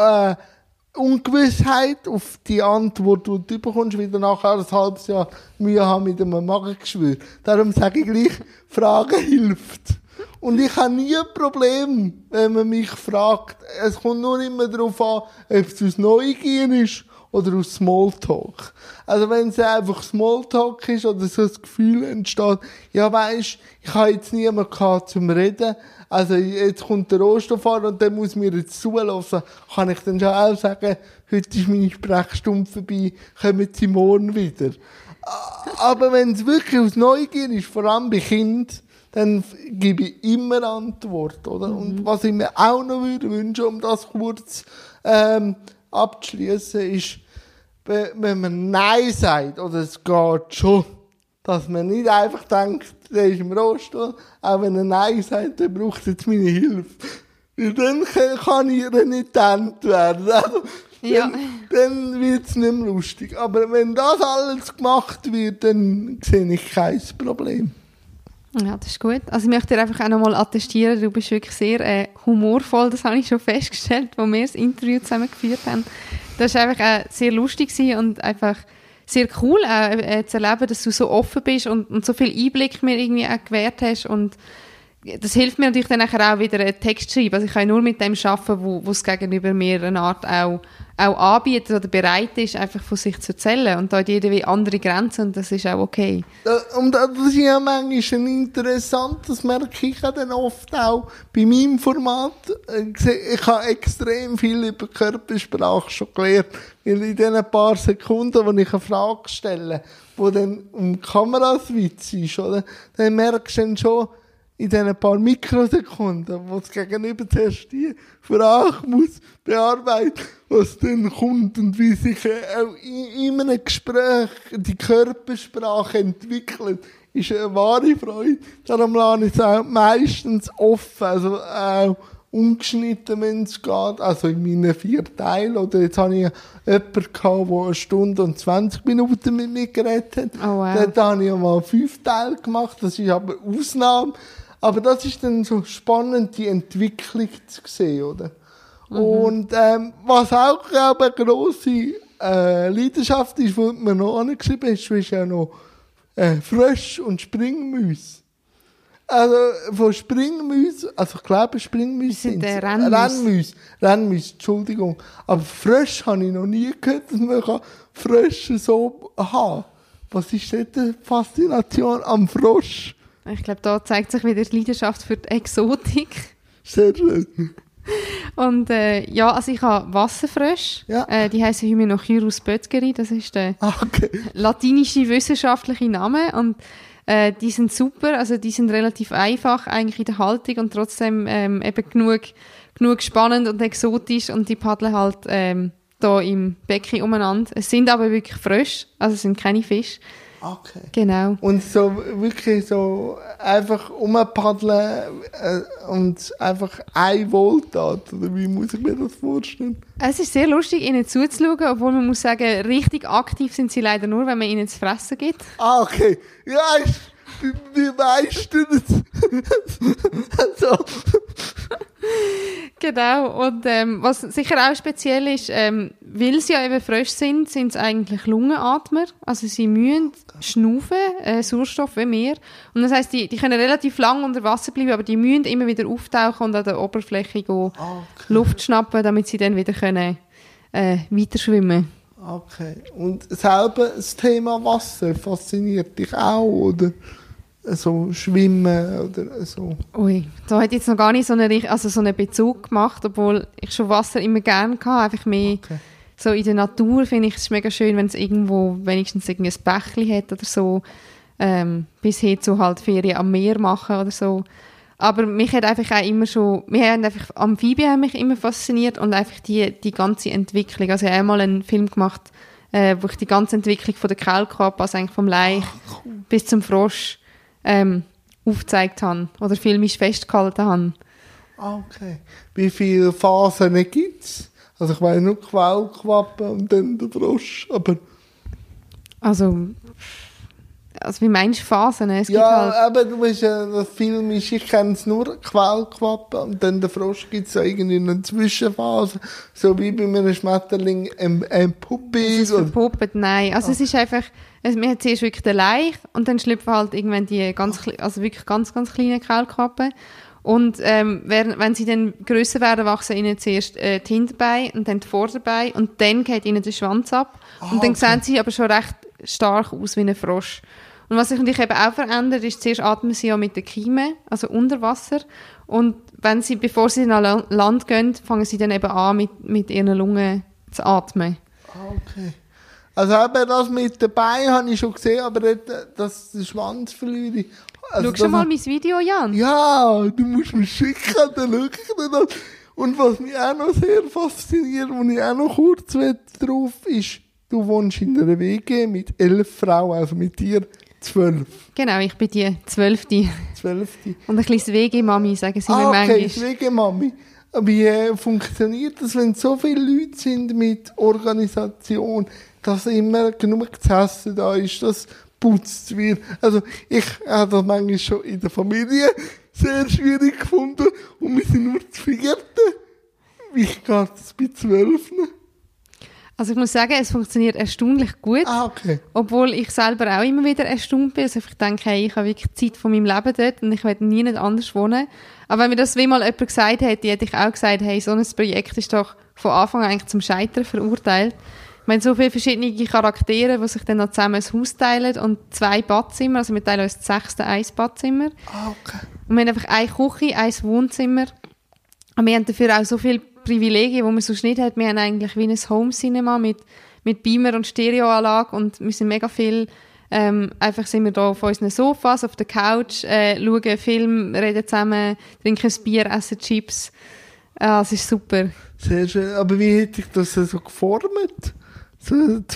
A: Ungewissheit auf die Antwort, die du bekommst, wieder nachher ein halbes Jahr Mühe haben mit einem Magengeschwür. Darum sage ich gleich, Fragen hilft. Und ich habe nie ein Problem, wenn man mich fragt. Es kommt nur immer darauf an, ob es aus Neugier ist oder aus Smalltalk. Also wenn es einfach Smalltalk ist oder so das Gefühl entsteht, ja weisst, ich habe jetzt niemanden gehabt zum Reden, also jetzt kommt der Rohstofffahrer und der muss mir jetzt zulassen, kann ich dann schon auch sagen, heute ist meine Sprechstunde vorbei, kommen Sie morgen wieder. Aber wenn es wirklich aus Neugier ist, vor allem bei Kindern, dann gebe ich immer Antwort, oder? Mhm. Und was ich mir auch noch würde wünschen, um das kurz abzuschließen, ist, wenn man Nein sagt, oder es geht schon, dass man nicht einfach denkt, der ist im Rollstuhl, auch wenn er Nein sagt, der braucht jetzt meine Hilfe. Weil dann kann ich irrenitent werden. Also,
B: ja.
A: Dann wird es nicht mehr lustig. Aber wenn das alles gemacht wird, dann sehe ich kein Problem.
B: Ja, das ist gut. Also ich möchte dir einfach auch nochmal attestieren, du bist wirklich sehr humorvoll, das habe ich schon festgestellt, als wir das Interview zusammen geführt haben. Das war einfach sehr lustig und einfach sehr cool zu erleben, dass du so offen bist und so viel Einblick mir irgendwie auch gewährt hast und das hilft mir natürlich dann nachher auch wieder einen Text zu schreiben. Also ich kann nur mit dem arbeiten, wo es gegenüber mir eine Art auch anbietet oder bereit ist, einfach von sich zu erzählen. Und da hat jeder wie andere Grenzen und das ist auch okay.
A: Und das ist ja manchmal interessant, das merke ich ja dann oft auch bei meinem Format. Ich habe extrem viel über Körpersprache schon gelernt, weil in diesen paar Sekunden, wo ich eine Frage stelle, wo dann um Kameraswitz ist, oder, dann merkst du dann schon, in diesen paar Mikrosekunden, wo es gegenüber zuerst die Frage muss bearbeiten, was dann kommt und wie sich auch in einem Gespräch die Körpersprache entwickelt, ist eine wahre Freude. Darum lasse ich es auch meistens offen, also auch ungeschnitten, wenn es geht, also in meinen 4 Teilen. Oder jetzt habe ich jemanden gehabt, der 1 Stunde und 20 Minuten mit mir geredet hat.
B: Oh, wow.
A: Dort habe ich mal 5 Teile gemacht, das ist aber Ausnahme. Aber das ist dann so spannend, die Entwicklung zu sehen, oder? Mhm. Und was auch, glaube ich, eine grosse Leidenschaft ist, die mir noch angeschrieben hast, ist ja noch Frösch und Springmäuse. Also von Springmäuse, also ich glaube Springmäuse
B: sind
A: Rennmäuse, Entschuldigung. Aber Frösch habe ich noch nie gehört, dass man Frösche so haben. Was ist denn die Faszination am Frosch?
B: Ich glaube, da zeigt sich wieder die Leidenschaft für die Exotik.
A: Sehr schön.
B: Und also ich habe Wasserfrösche.
A: Ja.
B: Die heißen Hymenocyrus böttgeri. Das ist der latinische wissenschaftliche Name. Und die sind super. Also die sind relativ einfach eigentlich in der Haltung und trotzdem eben genug spannend und exotisch. Und die paddeln halt da im Becken umeinander. Es sind aber wirklich Frösche. Also es sind keine Fische.
A: Okay.
B: Genau.
A: Und so wirklich so einfach rumpaddeln und einfach ein Wohltat, oder wie muss ich mir das vorstellen?
B: Es ist sehr lustig, ihnen zuzuschauen, obwohl man muss sagen, richtig aktiv sind sie leider nur, wenn man ihnen zu fressen gibt.
A: Ah, okay. Ja, wie weißt du das? So.
B: Genau. Und was sicher auch speziell ist, weil sie ja eben Frösche sind, sind es eigentlich Lungenatmer. Also sie müssen schnaufen, Sauerstoff wie wir. Und das heisst, die können relativ lang unter Wasser bleiben, aber die müssen immer wieder auftauchen und an der Oberfläche Luft schnappen, damit sie dann wieder können, weiter schwimmen.
A: Okay. Und selber das Thema Wasser fasziniert dich auch, oder? So Schwimmen oder so.
B: Ui, da hätte ich jetzt noch gar nicht so einen Bezug gemacht, obwohl ich schon Wasser immer gerne hatte. Einfach mehr so in der Natur finde ich es mega schön, wenn es irgendwo wenigstens ein Bächli hat oder so. Bis hin zu halt Ferien am Meer machen oder so. Aber mich hat einfach auch immer schon, Amphibien haben mich immer fasziniert und einfach die ganze Entwicklung. Also ich habe einmal einen Film gemacht, wo ich die ganze Entwicklung von der Kaulquappe, also eigentlich vom Laich bis zum Frosch, aufgezeigt habe oder filmisch festgehalten habe.
A: Okay. Wie viele Phasen gibt es? Also ich weiss nur Kaulquappe und dann der Frosch, aber...
B: Also wie meinst du Phasen? Es
A: ja,
B: gibt halt
A: aber du weißt ja, das Film ist, ich kenne es nur, Kaulquappe und dann der Frosch gibt es ja irgendwie eine Zwischenphase, so wie bei einem Schmetterling ein Puppe.
B: Es ist verpuppt, nein. Also es ist einfach, man hat zuerst wirklich den Laich und dann schlüpfen halt irgendwann die wirklich ganz, ganz kleinen Kaulquappen. Und wenn sie dann grösser werden, wachsen ihnen zuerst die Hinterbeine und dann die Vorderbeine und dann geht ihnen der Schwanz ab. Und dann sehen sie aber schon recht stark aus wie ein Frosch. Und was sich natürlich eben auch verändert, ist, zuerst atmen sie ja mit den Kiemen, also unter Wasser. Und bevor sie an Land gehen, fangen sie dann eben an, mit ihren Lungen zu atmen.
A: Okay. Also eben das mit den Beinen habe ich schon gesehen, aber nicht, dass der Schwanz verliere. Also
B: schau schon mal mein Video, Jan.
A: Ja, du musst mir schicken, dann schaue ich dir das. Und was mich auch noch sehr fasziniert, wo ich auch noch kurz drauf ist, du wohnst in einer WG mit 11 Frauen, also mit dir 12.
B: Genau, ich bin die 12.
A: 12.
B: Und ein kleines WG-Mami, sagen sie mir manchmal.
A: Okay, WG-Mami. Wie funktioniert das, wenn so viele Leute sind mit Organisation, dass immer genug zu essen da ist, dass putzt wird? Also ich habe das manchmal schon in der Familie sehr schwierig gefunden und wir sind nur zu vierten. Wie geht das bei 12?
B: Also ich muss sagen, es funktioniert erstaunlich gut,
A: okay.
B: Obwohl ich selber auch immer wieder erstaunt bin. Also ich denke, hey, ich habe wirklich Zeit von meinem Leben dort und ich werde nie nicht anders wohnen. Aber wenn mir das wie mal jemand gesagt hätte, hätte ich auch gesagt, hey, so ein Projekt ist doch von Anfang an eigentlich zum Scheitern verurteilt. Ich meine, so viele verschiedene Charaktere, die sich dann noch zusammen ein Haus teilen und 2 Badzimmer, also wir teilen uns das 6. ein Badzimmer.
A: Okay.
B: Und wir haben einfach eine Küche, ein Wohnzimmer. Und wir haben dafür auch so viele Privilegien, die man sonst nicht hat. Wir haben eigentlich wie ein Home-Cinema mit Beamer und Stereoanlage und wir sind mega viel, einfach sind wir da auf unseren Sofas, auf der Couch, schauen einen Film, reden zusammen, trinken ein Bier, essen Chips. Es ist super.
A: Sehr schön. Aber wie hätte ich das so geformt? So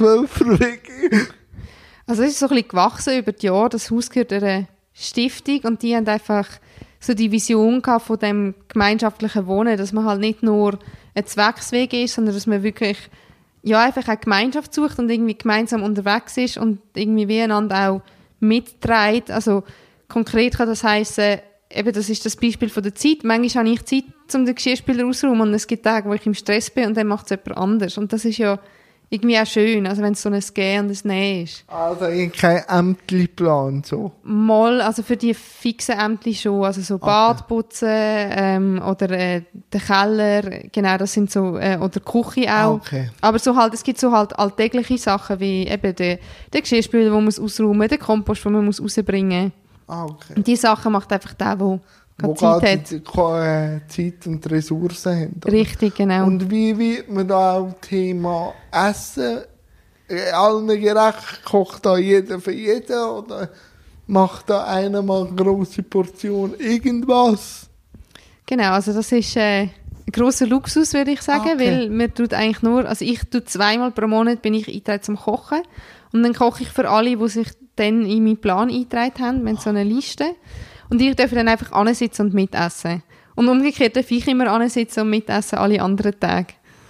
A: 12-Jährige?
B: Also es ist so ein bisschen gewachsen über die Jahre. Das Haus gehört einer Stiftung und die haben einfach so die Vision gehabt von dem gemeinschaftlichen Wohnen, dass man halt nicht nur ein Zwecksweg ist, sondern dass man wirklich einfach eine Gemeinschaft sucht und irgendwie gemeinsam unterwegs ist und irgendwie wie einander auch mitträgt. Also konkret kann das heissen, eben das ist das Beispiel von der Zeit. Manchmal habe ich Zeit, um den Geschirrspüler auszuräumen und es gibt Tage, wo ich im Stress bin und dann macht es jemand anders. Und das ist ja irgendwie auch schön, also wenn es so ein Gehen und ein Nehmen ist.
A: Also kein Ämterplan so?
B: Mal, also für die fixen Ämter schon, also so Bad putzen oder den Keller, genau, das sind so, oder die Küche auch.
A: Okay.
B: Aber so halt, es gibt so halt alltägliche Sachen wie eben der Geschirrspüler, den man muss ausräumen, der Kompost, den man muss rausbringen.
A: Okay.
B: Und diese Sachen macht einfach der, der
A: Wo
B: Zeit hat.
A: Zeit und Ressourcen haben. Oder?
B: Richtig, genau.
A: Und wie wird man da auch Thema Essen allen gerecht? Kocht da jeder für jeden oder macht da einer mal eine grosse Portion irgendwas?
B: Genau, also das ist ein grosser Luxus, würde ich sagen,
A: Okay.
B: weil man tut eigentlich nur, also ich tue 2-mal pro Monat bin ich eingetragen zum Kochen und dann koche ich für alle, die sich dann in meinen Plan eingetragen haben, wir haben so eine Liste und ich darf dann einfach ansitzen und mitessen. Und umgekehrt darf ich immer ansitzen und mitessen alle anderen Tage.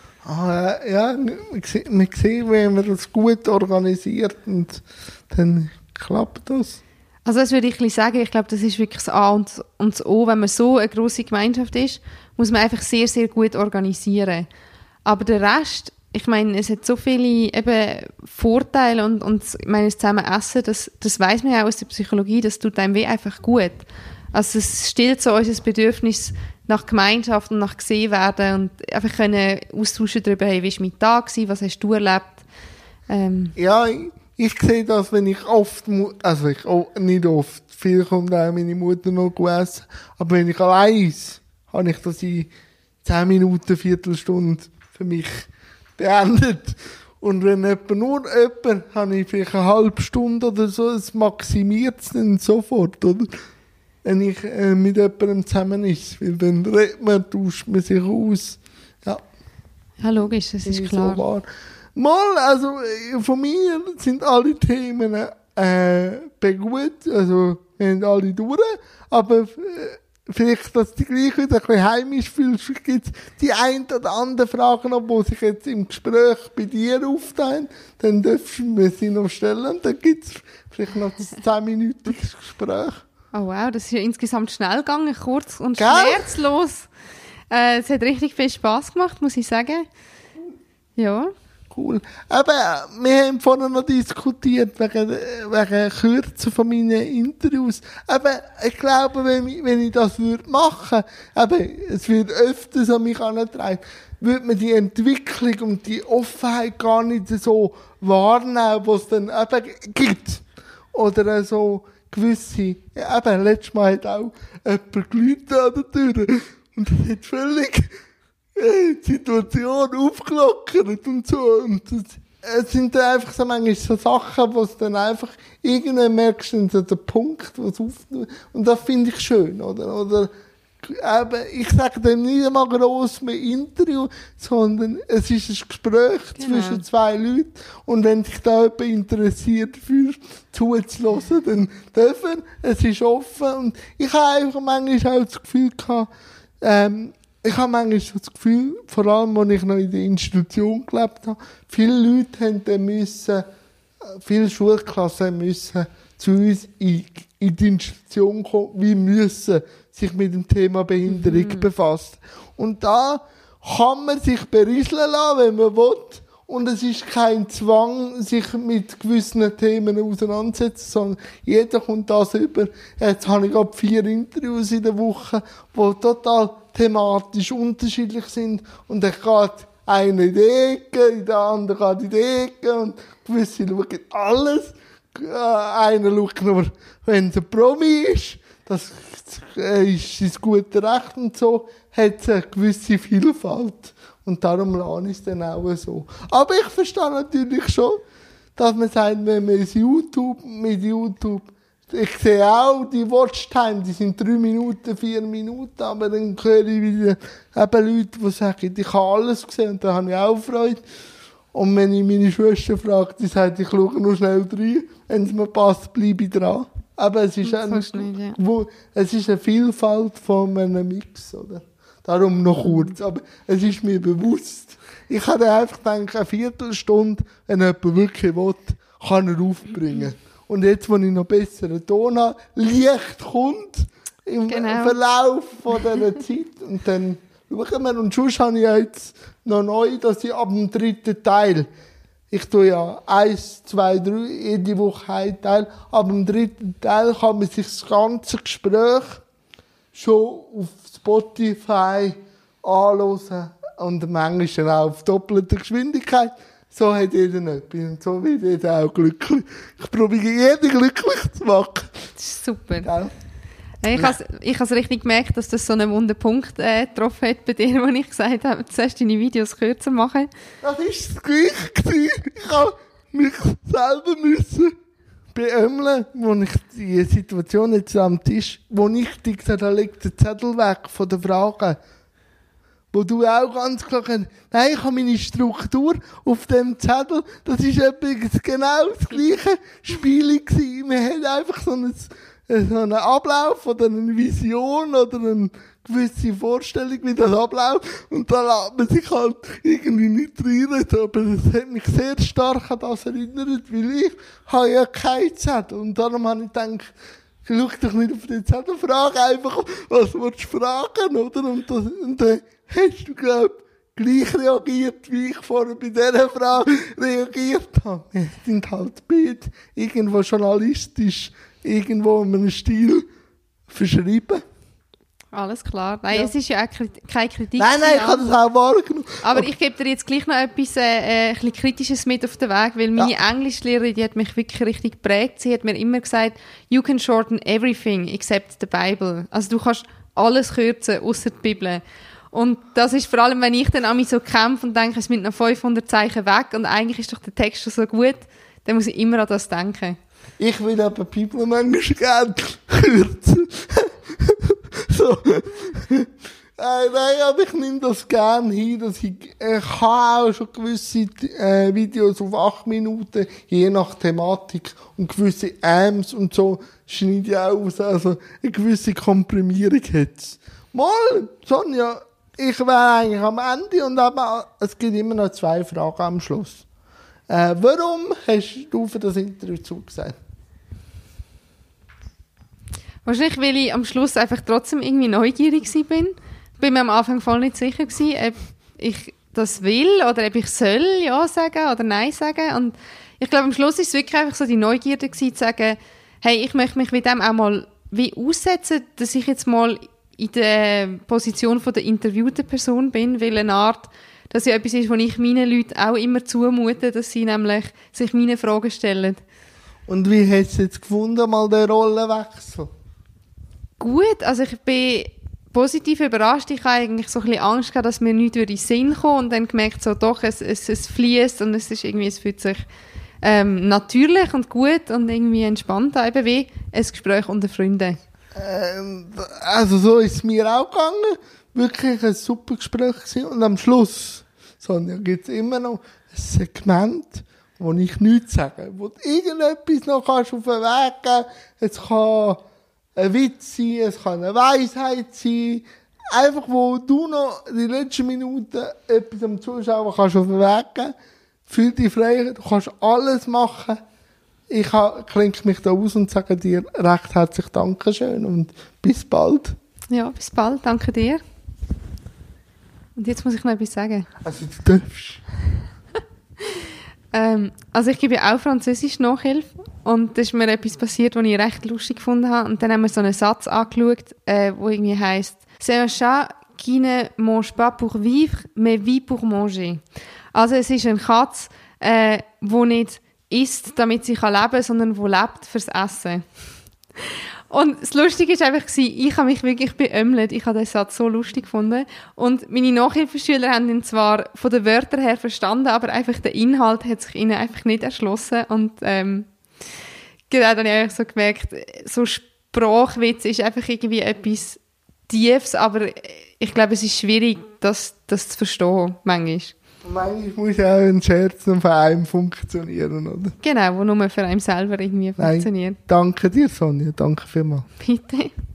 A: Ja, man sieht, wenn man das gut organisiert und dann klappt das.
B: Also das würde ich sagen, ich glaube, das ist wirklich das A und das O. Wenn man so eine grosse Gemeinschaft ist, muss man einfach sehr, sehr gut organisieren. Aber der Rest, ich meine, es hat so viele eben Vorteile und ich meine, das zusammen Essen, das weiss man ja auch aus der Psychologie, das tut einem weh einfach gut. Also es stillt so unser Bedürfnis nach Gemeinschaft und nach gesehen werden und einfach können austauschen darüber, hey, wie war mein Tag gewesen, was hast du erlebt?
A: Ja, ich sehe das, wenn ich oft, also nicht oft, viel kommt auch meine Mutter noch essen, aber wenn ich allein ist, habe ich das in 10 Minuten, Viertelstunde für mich beendet. Und wenn nur jemand, habe ich vielleicht eine halbe Stunde oder so, es maximiert es dann sofort, oder? Wenn ich mit jemandem zusammen ist, weil dann redet man, tauscht man sich aus. Ja,
B: Ja, logisch, das ist klar.
A: so wahr. Mal, also von mir sind alle Themen gut, also wir haben alle durch, aber vielleicht, dass du dich gleich wieder ein bisschen heimisch fühlst, gibt es die ein oder andere Frage noch, die sich jetzt im Gespräch bei dir aufteilen, dann dürfen wir sie noch stellen und dann gibt es vielleicht noch ein 10-minütiges Gespräch.
B: Oh wow, das ist ja insgesamt schnell gegangen, kurz und
A: Gell?
B: schmerzlos. Es hat richtig viel Spass gemacht, muss ich sagen. Ja.
A: Cool. Aber wir haben vorhin noch diskutiert wegen Kürzen von meinen Interviews. Aber ich glaube, wenn ich das machen würde, es wird öfters an mich herangetragen, würde man die Entwicklung und die Offenheit gar nicht so wahrnehmen, was es dann eben gibt. Oder so gewisse, ja, eben, letztes Mal hat auch jemand geläutet an der Tür und das hat völlig die Situation aufgelockert und so. Und es sind dann einfach so manchmal so Sachen, wo es dann einfach irgendwann merkst, du, so der Punkt, wo es aufnimmt. Und das finde ich schön, oder eben, ich sage dem nicht einmal gross mit Interview, sondern es ist ein Gespräch zwischen zwei Leuten. Und wenn sich da jemand interessiert für zuzuhören, dann dürfen. Es ist offen. Und ich habe einfach manchmal auch das Gefühl gehabt, ich habe manchmal so das Gefühl, vor allem, als ich noch in der Institution gelebt habe, viele Leute haben dann müssen, viele Schulklassen müssen zu uns in die Institution kommen, wie müssen sich mit dem Thema Behinderung befassen. Und da kann man sich berieseln lassen, wenn man will. Und es ist kein Zwang, sich mit gewissen Themen auseinanderzusetzen, sondern jeder kommt das über. Jetzt habe ich gerade 4 Interviews in der Woche, die total thematisch unterschiedlich sind. Und dann geht einer in die Ecke, der andere geht in die Ecke und gewisse schauen alles. Einer schaut nur, wenn es ein Promi ist. Das ist sein gutes Recht und so. Hat es eine gewisse Vielfalt. Und darum lasse ich es dann auch so. Aber ich verstehe natürlich schon, dass man sagt, wenn man mit YouTube, ich sehe auch, die Watchtime, die sind 3 Minuten, 4 Minuten, aber dann höre ich wieder eben Leute, die sagen, ich habe alles gesehen und da habe ich auch Freude. Und wenn ich meine Schwester frage, die sagt, ich schaue nur schnell rein, wenn es mir passt, bleibe ich dran. Aber es ist, es ist eine Vielfalt von einem Mix, oder? Darum noch kurz. Aber es ist mir bewusst. Ich habe einfach gedacht, eine Viertelstunde, wenn jemand wirklich will, kann er aufbringen. Und jetzt, wo ich noch besseren Ton habe, Licht kommt im Verlauf von dieser Zeit. Und dann schauen wir. Und sonst habe ich jetzt noch neu, dass ich ab dem 3. Teil ich tue ja 1, 2, 3 jede Woche einen Teil. Aber im 3. Teil kann man sich das ganze Gespräch schon auf Spotify anhören und manchmal auch auf doppelte Geschwindigkeit. So hat jeder etwas und so wird jeder auch glücklich. Ich probiere jeden glücklich zu machen.
B: Das ist super.
A: Gell?
B: Ich habe es richtig gemerkt, dass das so einen wunden Punkt getroffen hat bei dir, wo ich gesagt habe, du sollst deine Videos kürzer machen.
A: Das war das Gleiche. Ich habe mich selber müssen beömmeln, wo ich die Situation jetzt am Tisch, wo ich dir gesagt habe, leg den Zettel weg von den Fragen. Wo du auch ganz klar kannst, nein, ich habe meine Struktur auf dem Zettel, das war übrigens genau das gleiche Spiel gewesen. Wir haben einfach so einen Ablauf oder eine Vision oder eine gewisse Vorstellung, wie das abläuft. Und da lässt man sich halt irgendwie nicht reinreden. Aber das hat mich sehr stark an das erinnert, weil ich habe ja keinen Zettel. Und darum habe ich gedacht, schau dich nicht auf den Zettel, frage einfach, was willst du fragen, oder? Und dann hast du, glaube ich, gleich reagiert, wie ich vorher bei dieser Frage reagiert habe. Wir sind halt beide irgendwo journalistisch, irgendwo in einem Stil verschrieben.
B: Alles klar. Nein, es ist ja auch keine Kritik.
A: Nein, ich habe das auch wahrgenommen.
B: Aber ich gebe dir jetzt gleich noch etwas ein bisschen Kritisches mit auf den Weg, weil meine Englischlehrerin, die hat mich wirklich richtig geprägt. Sie hat mir immer gesagt, you can shorten everything except the Bible. Also du kannst alles kürzen, außer die Bibel. Und das ist vor allem, wenn ich dann an mich so kämpfe und denke, es sind noch 500 Zeichen weg und eigentlich ist doch der Text schon so gut, dann muss ich immer an das denken. Ich will aber die Bibel manchmal gerne kürzen. So. Nein, aber ich nehme das gerne hin, dass ich habe auch schon gewisse Videos auf 8 Minuten, je nach Thematik, und gewisse Ams und so schneide ich auch aus, also eine gewisse Komprimierung hat es. Mal, Sonja, ich wäre eigentlich am Ende und aber es gibt immer noch 2 Fragen am Schluss. Warum hast du für das Interview zugesagt? Wahrscheinlich, weil ich am Schluss einfach trotzdem irgendwie neugierig bin. Ich bin mir am Anfang voll nicht sicher gewesen, ob ich das will oder ob ich soll ja sagen oder nein sagen. Und ich glaube, am Schluss ist es wirklich einfach so die Neugierde gewesen, zu sagen, hey, ich möchte mich mit dem auch mal wie aussetzen, dass ich jetzt mal in der Position von der interviewten Person bin, weil eine Art, dass ja etwas ist, was ich meinen Leuten auch immer zumute, dass sie nämlich sich meine Fragen stellen. Und wie hast du jetzt gefunden, mal den Rollenwechsel? Gut, also ich bin positiv überrascht. Ich habe eigentlich so ein bisschen Angst gehabt, dass mir nichts in den Sinn kommt und dann gemerkt, so doch, es fließt und es ist irgendwie, es fühlt sich natürlich und gut und irgendwie entspannt an, eben wie ein Gespräch unter Freunden. Also so ist es mir auch gegangen. Wirklich ein super Gespräch gewesen. Und am Schluss, Sonja, gibt es immer noch ein Segment, wo ich nichts sage. Wo du irgendetwas noch kannst auf den Weg geben. Es kann ein Witz sein, es kann eine Weisheit sein. Einfach, wo du noch die letzten Minuten etwas am Zuschauer kannst auf den Weg geben. Fühl dich frei, du kannst alles machen. Ich klinke mich da aus und sage dir recht herzlich Dankeschön und bis bald. Ja, bis bald. Danke dir. Und jetzt muss ich noch etwas sagen. Also du darfst. Also ich gebe auch Französisch Nachhilfe und da ist mir etwas passiert, was ich recht lustig gefunden habe. Und dann haben wir so einen Satz angeschaut, wo irgendwie heisst, c'est un chat qui ne mange pas pour vivre, mais vit pour manger. Also es ist eine Katze, die nicht isst, damit sie leben kann, sondern die lebt fürs Essen. Und das Lustige war einfach, ich habe mich wirklich beömmelt. Ich habe den Satz so lustig gefunden. Und meine Nachhilfeschüler haben ihn zwar von den Wörtern her verstanden, aber einfach der Inhalt hat sich ihnen einfach nicht erschlossen. Und genau, dann habe ich einfach so gemerkt, so Sprachwitz ist einfach irgendwie etwas Tiefes, aber ich glaube, es ist schwierig, das zu verstehen, manchmal. Manchmal muss auch ein Scherz noch für einen funktionieren, oder? Genau, der nur für einen selber irgendwie funktioniert. Nein, danke dir, Sonja. Danke vielmals. Bitte.